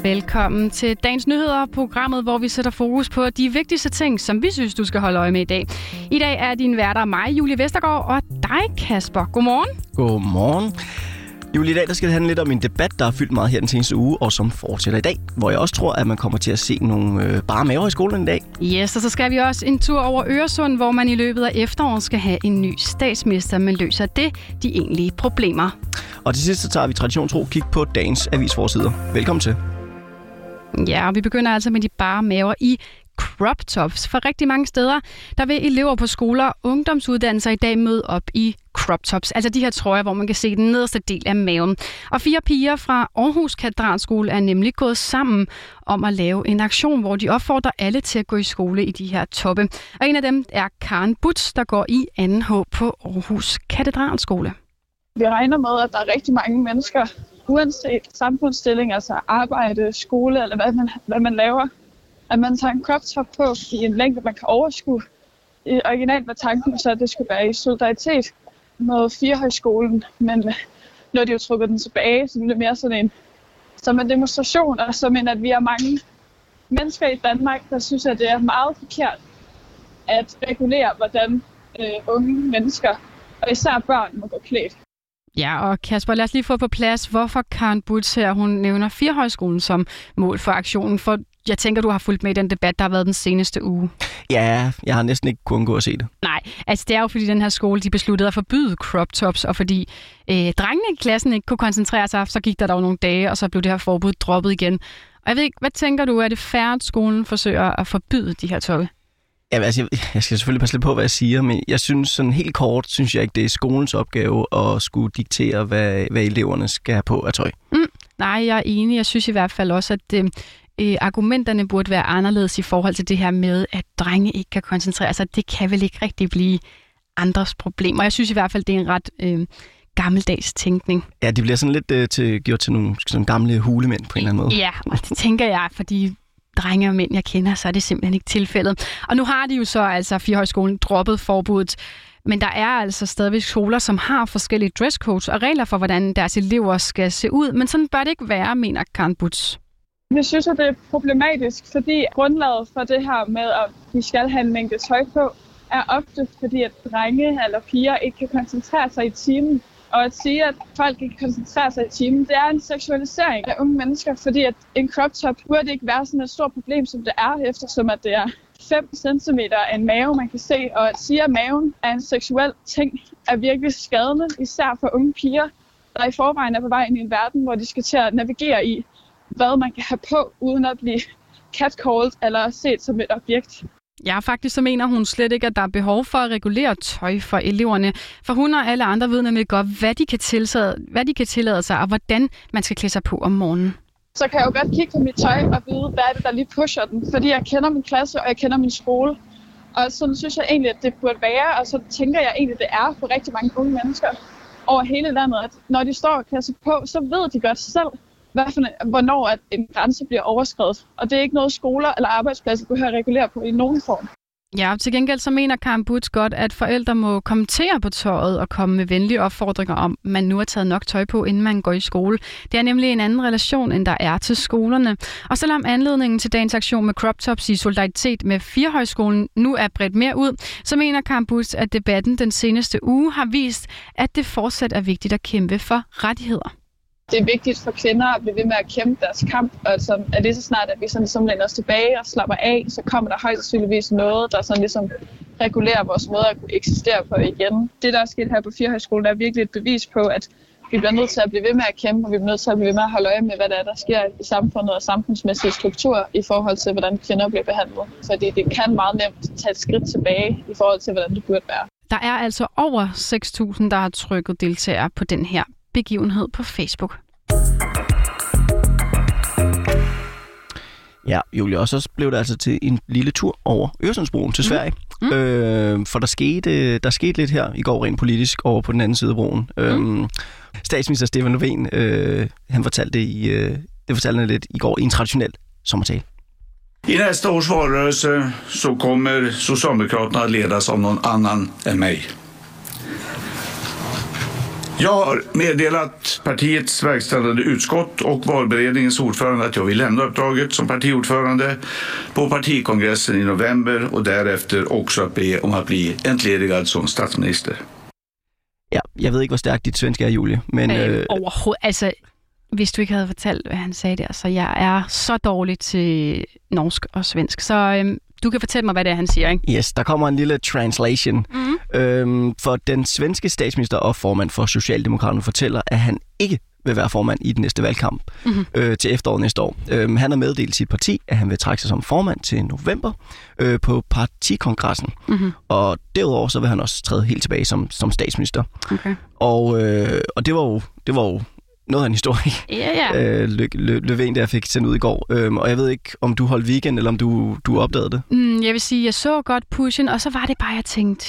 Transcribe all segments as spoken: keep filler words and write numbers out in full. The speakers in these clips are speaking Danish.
Velkommen til dagens nyheder, programmet, hvor vi sætter fokus på de vigtigste ting, som vi synes, du skal holde øje med i dag. I dag er din værter mig, Julie Vestergaard, og dig, Kasper. Godmorgen. Godmorgen. Julie, i dag der skal det handle lidt om en debat, der har fyldt meget her den seneste uge, og som fortsætter i dag, hvor jeg også tror, at man kommer til at se nogle øh, bare maver i skolen i dag. Yes, og så skal vi også en tur over Øresund, hvor man i løbet af efteråret skal have en ny statsminister, men løser det de egentlige problemer. Og til sidst så tager vi traditionstro kig på dagens avisforsider. Velkommen til. Ja, og vi begynder altså med de bare maver i crop tops. For rigtig mange steder, der vil elever på skoler og ungdomsuddannelser i dag møde op i crop tops. Altså de her trøjer, hvor man kan se den nederste del af maven. Og fire piger fra Aarhus Katedralskole er nemlig gået sammen om at lave en aktion, hvor de opfordrer alle til at gå i skole i de her toppe. Og en af dem er Karen Butz, der går i anden H på Aarhus Katedralskole. Vi regner med, at der er rigtig mange mennesker, uanset samfundsstilling, altså arbejde, skole eller hvad man, hvad man laver, at man tager en crop top på i en længde, man kan overskue. I originalt var tanken så, at det skulle være i solidaritet med Firehøjskolen, men nu har de jo trukket den tilbage, så det bliver mere sådan en, som en demonstration, og som en, at vi er mange mennesker i Danmark, der synes, at det er meget forkert at regulere, hvordan øh, unge mennesker, og især børn, må gå klædt. Ja, og Kasper, lad os lige få på plads, hvorfor Karen Butz her, hun nævner Firehøjskolen som mål for aktionen, for jeg tænker, du har fulgt med i den debat, der har været den seneste uge. Ja, jeg har næsten ikke kunnet undgå at se det. Nej, altså det er jo fordi den her skole, de besluttede at forbyde crop tops, og fordi øh, drengene i klassen ikke kunne koncentrere sig, så gik der dog nogle dage, og så blev det her forbud droppet igen. Og jeg ved ikke, hvad tænker du, er det fair, at skolen forsøger at forbyde de her toppe? Ja, altså, jeg, jeg skal selvfølgelig passe lidt på, hvad jeg siger, men jeg synes sådan helt kort, synes jeg ikke, det er skolens opgave at skulle diktere, hvad, hvad eleverne skal have på af tøj. Mm, nej, jeg er enig. Jeg synes i hvert fald også, at øh, øh, argumenterne burde være anderledes i forhold til det her med, at drenge ikke kan koncentrere sig. Det kan vel ikke rigtig blive andres problemer. Jeg synes i hvert fald, det er en ret øh, gammeldags tænkning. Ja, det bliver sådan lidt øh, til, gjort til nogle sådan gamle hulemænd på en eller anden måde. Ja, og det tænker jeg, fordi drenge og mænd, jeg kender, så er det simpelthen ikke tilfældet. Og nu har de jo så altså Firehøjskolen droppet forbuddet, men der er altså stadigvæk skoler, som har forskellige dresscodes og regler for, hvordan deres elever skal se ud, men sådan bør det ikke være, mener Karen Butz. Jeg synes, at det er problematisk, fordi grundlaget for det her med, at vi skal have en mængde tøj på, er ofte fordi, at drenge eller piger ikke kan koncentrere sig i timen. Og at sige, at folk ikke koncentrerer sig i timen, det er en seksualisering af unge mennesker, fordi at en crop top burde ikke være sådan et stort problem, som det er, eftersom at det er fem centimeter af en mave, man kan se. Og at sige, at maven er en seksuel ting, er virkelig skadende, især for unge piger, der i forvejen er på vej ind i en verden, hvor de skal til at navigere i, hvad man kan have på, uden at blive catcalled eller set som et objekt. Ja, faktisk så mener hun slet ikke, at der er behov for at regulere tøj for eleverne. For hun og alle andre ved nemlig godt, hvad de kan tillade, hvad de kan tillade sig, og hvordan man skal klæde sig på om morgenen. Så kan jeg jo godt kigge på mit tøj og vide, hvad er det, der lige pusher den. Fordi jeg kender min klasse, og jeg kender min skole. Og sådan synes jeg egentlig, at det burde være, og så tænker jeg egentlig, at det er for rigtig mange unge mennesker over hele landet, at når de står og klæder sig på, så ved de godt selv, hvad for en, hvornår at en grænse bliver overskredet. Og det er ikke noget, skoler eller arbejdspladser behøver at regulere på i nogen form. Ja, til gengæld så mener Karen Butz godt, at forældre må kommentere på tøjet og komme med venlige opfordringer om, at man nu har taget nok tøj på, inden man går i skole. Det er nemlig en anden relation, end der er til skolerne. Og selvom anledningen til dagens aktion med crop tops i solidaritet med Firehøjskolen nu er bredt mere ud, så mener Karen Butz, at debatten den seneste uge har vist, at det fortsat er vigtigt at kæmpe for rettigheder. Det er vigtigt for kvinder at blive ved med at kæmpe deres kamp, og som er lige så snart, at vi sådan ligesom læner os tilbage og slapper af, så kommer der højst sandsynligvis noget, der sådan ligesom regulerer vores måde at kunne eksistere på igen. Det, der er sket her på Firehøjskolen, er virkelig et bevis på, at vi bliver nødt til at blive ved med at kæmpe, og vi bliver nødt til at blive ved med at holde øje med, hvad der er, der sker i samfundet og samfundsmæssige strukturer i forhold til, hvordan kvinder bliver behandlet. Fordi det kan meget nemt tage et skridt tilbage i forhold til, hvordan det burde være. Der er altså over seks tusind, der har trykket deltagere på den her begivenhed på Facebook. Ja, Julie, og så blev det altså til en lille tur over Øresundsbroen til Sverige. Mm. Mm. Øh, for der skete, der skete lidt her i går rent politisk over på den anden side af broen. Mm. Øh, statsminister Stefan Löfven, øh, han fortalte i, øh, det fortalte han lidt i går i en traditionel sommertale. I nästa års valrörelse så kommer Socialdemokraterna att ledas av någon annan än mig. Jag har meddelat partiets verkställande utskott och valberedningens ordförande att jag vill lämna uppdraget som partiordförande på partikongressen i november och därefter också att be om att bli entledigad som statsminister. Ja, jeg ved ikke, hvor stærkt dit svenske er, Julie, men... Øh, øh, overhovedet. Altså, hvis du ikke havde fortalt, hvad han sagde der, så jeg er så dårlig til norsk og svensk. Så øhm, du kan fortælle mig, hvad det er, han siger, ikke? Yes, der kommer en lille translation. Mm-hmm. Øhm, for den svenske statsminister og formand for Socialdemokraterne fortæller, at han ikke vil være formand i den næste valgkamp mm-hmm. øh, til efteråret næste år. Øhm, han har meddelt sit parti, at han vil trække sig som formand til november øh, på partikongressen. Mm-hmm. Og derudover så vil han også træde helt tilbage som, som statsminister. Okay. Og, øh, og det var jo... Det var jo noget af en historie, yeah, yeah. øh, Lø- Lø- Löfven der fik sendt ud i går. Øhm, og jeg ved ikke, om du holdt weekend, eller om du, du opdagede det. Mm, jeg vil sige, jeg så godt pushen, og så var det bare, jeg tænkte,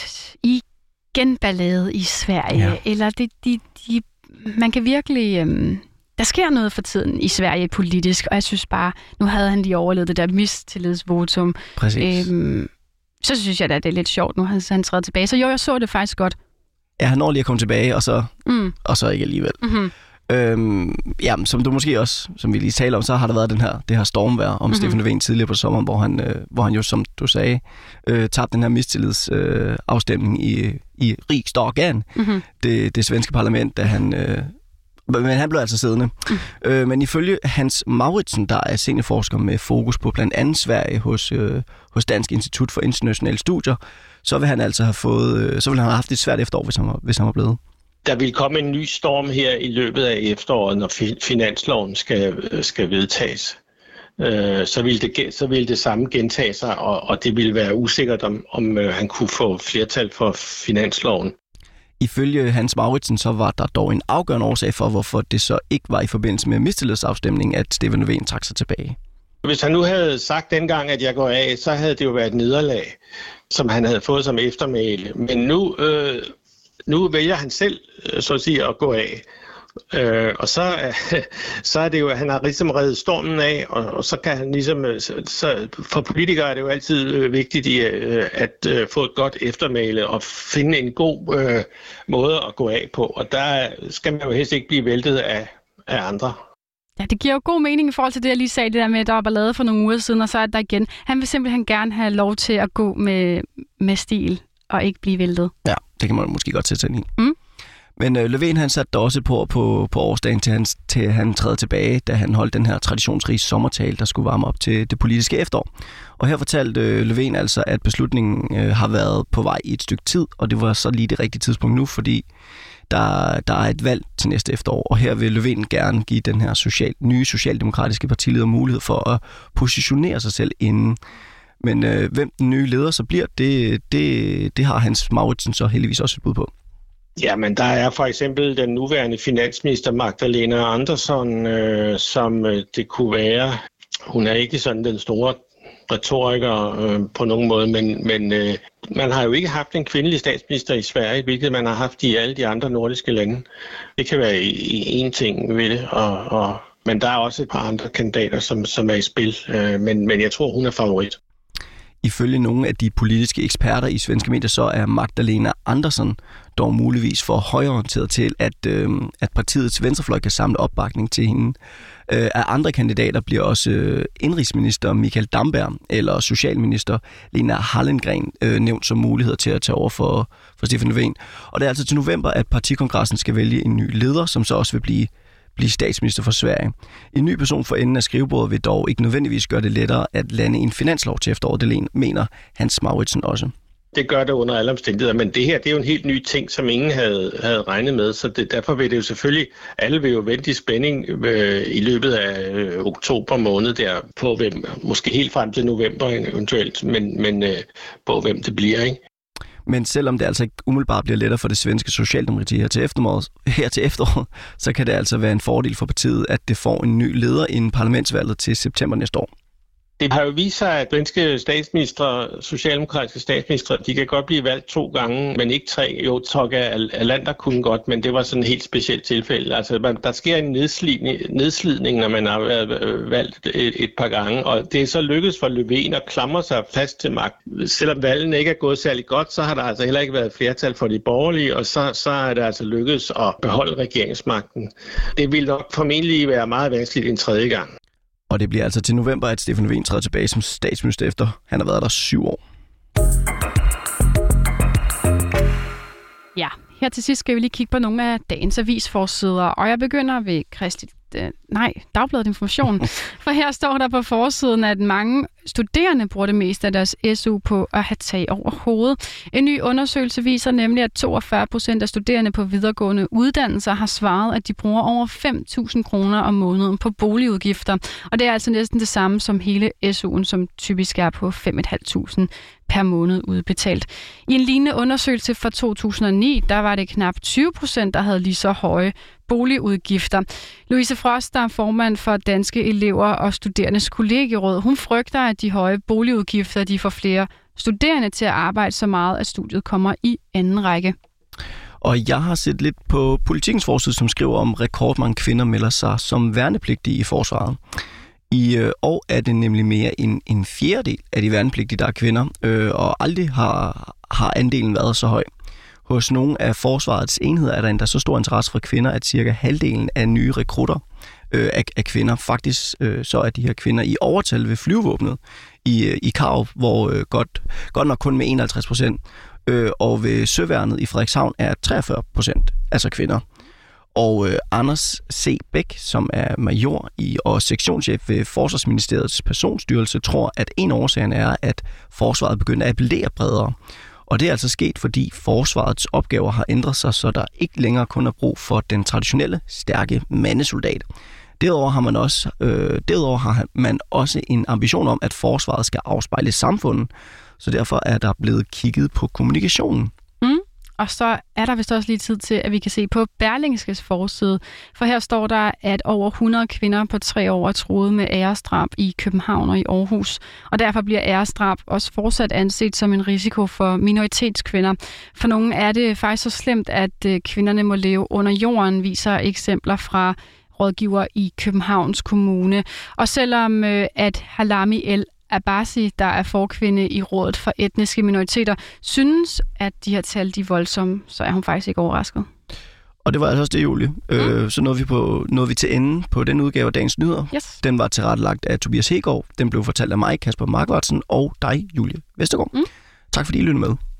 igen ballade i Sverige. Ja. Eller det, de, de, man kan virkelig... Øhm, der sker noget for tiden i Sverige politisk, og jeg synes bare, nu havde han lige overlevet det der mistillidsvotum. Præcis. Øhm, så synes jeg da, det er lidt sjovt, nu han, han træder tilbage. Så jo, jeg så det faktisk godt. Ja, han når lige at komme tilbage, og så, mm. og så ikke alligevel. Mm-hmm. Øhm, ja, som du måske også, som vi lige taler om, så har der været den her, det her stormvejr om mm-hmm. Stefan Löfven tidligere på sommeren, hvor han, øh, hvor han jo, som du sagde, øh, tabte den her mistillidsafstemning øh, afstemning i, i Riksdagen, mm-hmm. det, det svenske parlament, da han... Øh, men han blev altså siddende. Mm. Øh, men ifølge Hans Mauritsen, der er seniorforsker med fokus på blandt andet Sverige hos, øh, hos Dansk Institut for Internationale Studier, så vil han altså have fået, øh, så vil han have haft et svært efterår, hvis han var, hvis han var blevet. Der vil komme en ny storm her i løbet af efteråret, når finansloven skal, skal vedtages. Øh, så, vil det, så vil det samme gentage sig, og, og det vil være usikkert, om, om øh, han kunne få flertal for finansloven. Ifølge Hans Mauritsen, så var der dog en afgørende årsag for, hvorfor det så ikke var i forbindelse med mistillidsafstemningen, at Stefan Löfven trak sig tilbage. Hvis han nu havde sagt dengang, at jeg går af, så havde det jo været et nederlag, som han havde fået som eftermæle. Men nu... Øh, Nu vælger han selv, så at sige, at gå af. Øh, og så, øh, så er det jo, at han har ligesom reddet stormen af, og, og så kan han ligesom... Så for politikere er det jo altid øh, vigtigt i, øh, at øh, få et godt eftermæle og finde en god øh, måde at gå af på. Og der skal man jo helst ikke blive væltet af, af andre. Ja, det giver jo god mening i forhold til det, jeg lige sagde, det der med, at der var ballade for nogle uger siden, og så er der igen. Han vil simpelthen gerne have lov til at gå med, med stil og ikke blive væltet. Ja, det kan man måske godt sætte ind i. Mm. Men øh, Löfven, han satte også på, på, på årsdagen til, hans, til han træder tilbage, da han holdt den her traditionsrige sommertale, der skulle varme op til det politiske efterår. Og her fortalte øh, Löfven altså, at beslutningen øh, har været på vej i et stykke tid, og det var så lige det rigtige tidspunkt nu, fordi der, der er et valg til næste efterår, og her vil Löfven gerne give den her social, nye socialdemokratiske partileder mulighed for at positionere sig selv inden. Men øh, hvem den nye leder så bliver, det, det, det har Hans Mauritsen så heldigvis også et bud på. Ja, men der er for eksempel den nuværende finansminister Magdalena Andersson, øh, som øh, det kunne være. Hun er ikke sådan den store retoriker øh, på nogen måde, men, men øh, man har jo ikke haft en kvindelig statsminister i Sverige, hvilket man har haft i alle de andre nordiske lande. Det kan være en ting ved det, og, og, men der er også et par andre kandidater, som, som er i spil, øh, men, men jeg tror, hun er favorit. Ifølge nogle af de politiske eksperter i svenske medier, så er Magdalena Andersson dog muligvis for højreorienteret til, at, øh, at partiets venstrefløj kan samle opbakning til hende. Øh, af andre kandidater bliver også øh, indrigsminister Mikael Damberg eller socialminister Lena Hallengren øh, nævnt som muligheder til at tage over for, for Stefan Löfven. Og det er altså til november, at partikongressen skal vælge en ny leder, som så også vil blive blive statsminister for Sverige. En ny person for enden af skrivebordet vil dog ikke nødvendigvis gøre det lettere at lande en finanslov til efteråret, det mener Hans Mauritsen også. Det gør det under alle omstændigheder, men det her det er jo en helt ny ting, som ingen havde, havde regnet med, så det, derfor vil det jo selvfølgelig, alle vil jo vente i spænding øh, i løbet af øh, oktober måned der på hvem, måske helt frem til november eventuelt, men, men øh, på hvem det bliver, ikke? Men selvom det altså ikke umiddelbart bliver lettere for det svenske socialdemokrati her til efteråret, her til efteråret, så kan det altså være en fordel for partiet, at det får en ny leder inden parlamentsvalget til september næste år. Det har jo vist sig, at svenske statsministre, socialdemokratiske statsministre, de kan godt blive valgt to gange, men ikke tre. Jo, Tage Erlander kunne godt, men det var sådan et helt specielt tilfælde. Altså, man, der sker en nedslidning, nedslidning, når man har været valgt et, et par gange, og det er så lykkedes for Löfven at klamre sig fast til magt. Selvom valgene ikke er gået særlig godt, så har der altså heller ikke været flertal for de borgerlige, og så, så er det altså lykkedes at beholde regeringsmagten. Det vil nok formentlig være meget vanskeligt en tredje gang. Og det bliver altså til november, at Stefan Löfven træder tilbage som statsminister efter han har været der syv år. Ja, her til sidst skal vi lige kigge på nogle af dagens avisforsider, og jeg begynder ved Kristi... Nej, Dagbladet Information. For her står der på forsiden, at mange studerende bruger det meste af deres S U på at have tag over hovedet. En ny undersøgelse viser nemlig, at toogfyrre procent af studerende på videregående uddannelser har svaret, at de bruger over fem tusind kroner om måneden på boligudgifter. Og det er altså næsten det samme som hele S U'en, som typisk er på fem tusind fem hundrede per måned udbetalt. I en lignende undersøgelse fra to tusind og ni, der var det knap tyve procent, der havde lige så høje boligudgifter. Louise Frost, der er formand for Danske Elever og Studerendes Kollegieråd, hun frygter, at de høje boligudgifter de får flere studerende til at arbejde så meget, at studiet kommer i anden række. Og jeg har set lidt på Politikens forside, som skriver om rekordmange kvinder melder sig som værnepligtige i forsvaret. I øh, år er det nemlig mere end en fjerdedel af de værnepligtige, der er kvinder, øh, og aldrig har, har andelen været så høj. Hos nogle af forsvarets enheder er der endda så stor interesse for kvinder, at cirka halvdelen af nye rekrutter øh, af, af kvinder, faktisk øh, så er de her kvinder i overtal ved flyvevåbnet i, øh, i Karup, hvor øh, godt, godt nok kun med enoghalvtreds procent, øh, og ved Søværnet i Frederikshavn er treogfyrre procent, altså kvinder. Og øh, Anders C. Bæk, som er major i og sektionschef ved Forsvarsministeriets personstyrelse, tror, at en af årsagerne er, at forsvaret begynder at appellere bredere. Og det er altså sket, fordi forsvarets opgaver har ændret sig, så der ikke længere kun er brug for den traditionelle, stærke mandesoldat. Derudover har man også, øh, derudover har man også en ambition om, at forsvaret skal afspejle samfundet, så derfor er der blevet kigget på kommunikationen. Mm. Og så er der vist også lige tid til, at vi kan se på Berlingskes forside. For her står der, at over hundrede kvinder på tre år er truet med æresdrab i København og i Aarhus. Og derfor bliver æresdrab også fortsat anset som en risiko for minoritetskvinder. For nogle er det faktisk så slemt, at kvinderne må leve under jorden, viser eksempler fra rådgiver i Københavns Kommune. Og selvom at Halami El Abbasi, der er forkvinde i Rådet for Etniske Minoriteter, synes, at de her tal de er voldsomme, så er hun faktisk ikke overrasket. Og det var altså også det, Julie. Mm. Øh, så nåede vi, på, nåede vi til enden på den udgave af Dagens Nyheder. Yes. Den var tilrettelagt af Tobias Hegård. Den blev fortalt af mig, Kasper Markvartsen, og dig, Julie Vestergaard. Mm. Tak fordi I lyttede med.